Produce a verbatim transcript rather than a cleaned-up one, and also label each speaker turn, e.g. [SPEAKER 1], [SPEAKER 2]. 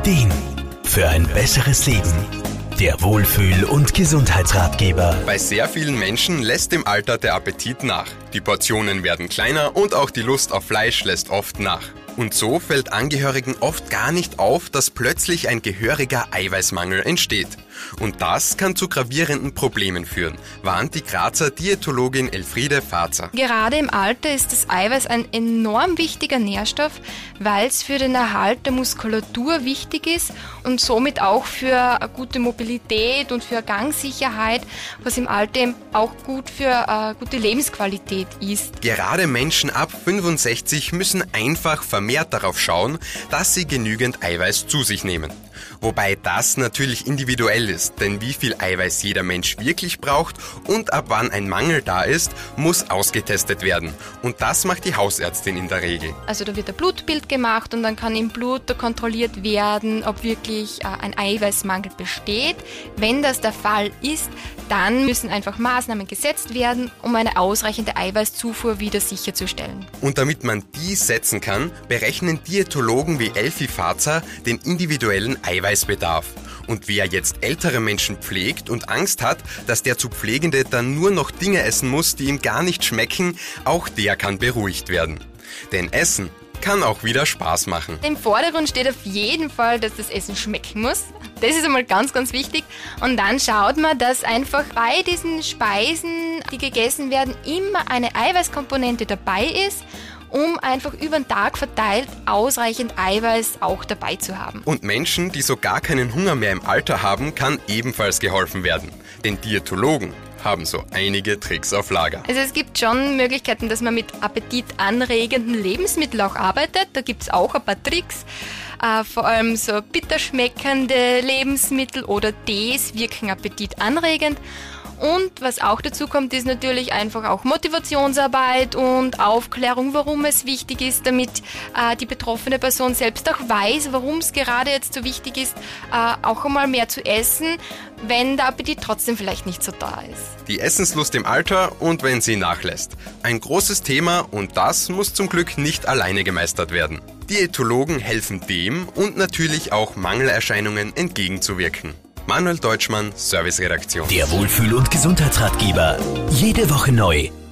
[SPEAKER 1] Ideen für ein besseres Leben. Der Wohlfühl- und Gesundheitsratgeber.
[SPEAKER 2] Bei sehr vielen Menschen lässt im Alter der Appetit nach. Die Portionen werden kleiner und auch die Lust auf Fleisch lässt oft nach. Und so fällt Angehörigen oft gar nicht auf, dass plötzlich ein gehöriger Eiweißmangel entsteht. Und das kann zu gravierenden Problemen führen, warnt die Grazer Diätologin Elfriede Fazer.
[SPEAKER 3] Gerade im Alter ist das Eiweiß ein enorm wichtiger Nährstoff, weil es für den Erhalt der Muskulatur wichtig ist und somit auch für eine gute Mobilität und für Gangsicherheit, was im Alter eben auch gut für äh, gute Lebensqualität ist.
[SPEAKER 2] Gerade Menschen ab fünfundsechzig müssen einfach vermehrt darauf schauen, dass sie genügend Eiweiß zu sich nehmen. Wobei das natürlich individuell ist, denn wie viel Eiweiß jeder Mensch wirklich braucht und ab wann ein Mangel da ist, muss ausgetestet werden. Und das macht die Hausärztin in der Regel.
[SPEAKER 3] Also da wird ein Blutbild gemacht und dann kann im Blut da kontrolliert werden, ob wirklich äh, ein Eiweißmangel besteht. Wenn das der Fall ist, dann müssen einfach Maßnahmen gesetzt werden, um eine ausreichende Eiweißzufuhr wieder sicherzustellen.
[SPEAKER 2] Und damit man die setzen kann, berechnen Diätologen wie Elfi Fazer den individuellen Eiweißbedarf. Und wer jetzt ältere Menschen pflegt und Angst hat, dass der zu Pflegende dann nur noch Dinge essen muss, die ihm gar nicht schmecken, auch der kann beruhigt werden. Denn Essen kann auch wieder Spaß machen.
[SPEAKER 3] Im Vordergrund steht auf jeden Fall, dass das Essen schmecken muss. Das ist einmal ganz, ganz wichtig. Und dann schaut man, dass einfach bei diesen Speisen, die gegessen werden, immer eine Eiweißkomponente dabei ist, um einfach über den Tag verteilt ausreichend Eiweiß auch dabei zu haben.
[SPEAKER 2] Und Menschen, die so gar keinen Hunger mehr im Alter haben, kann ebenfalls geholfen werden. Denn Diätologen haben so einige Tricks auf Lager.
[SPEAKER 3] Also es gibt schon Möglichkeiten, dass man mit appetitanregenden Lebensmitteln auch arbeitet. Da gibt es auch ein paar Tricks. Äh, vor allem so bitter schmeckende Lebensmittel oder Tees wirken appetitanregend. Und was auch dazu kommt, ist natürlich einfach auch Motivationsarbeit und Aufklärung, warum es wichtig ist, damit äh, die betroffene Person selbst auch weiß, warum es gerade jetzt so wichtig ist, äh, auch einmal mehr zu essen, wenn der Appetit trotzdem vielleicht nicht so da ist.
[SPEAKER 2] Die Essenslust im Alter und wenn sie nachlässt. Ein großes Thema und das muss zum Glück nicht alleine gemeistert werden. Diätologen helfen dem und natürlich auch Mangelerscheinungen entgegenzuwirken. Manuel Deutschmann, Serviceredaktion.
[SPEAKER 1] Der Wohlfühl- und Gesundheitsratgeber. Jede Woche neu.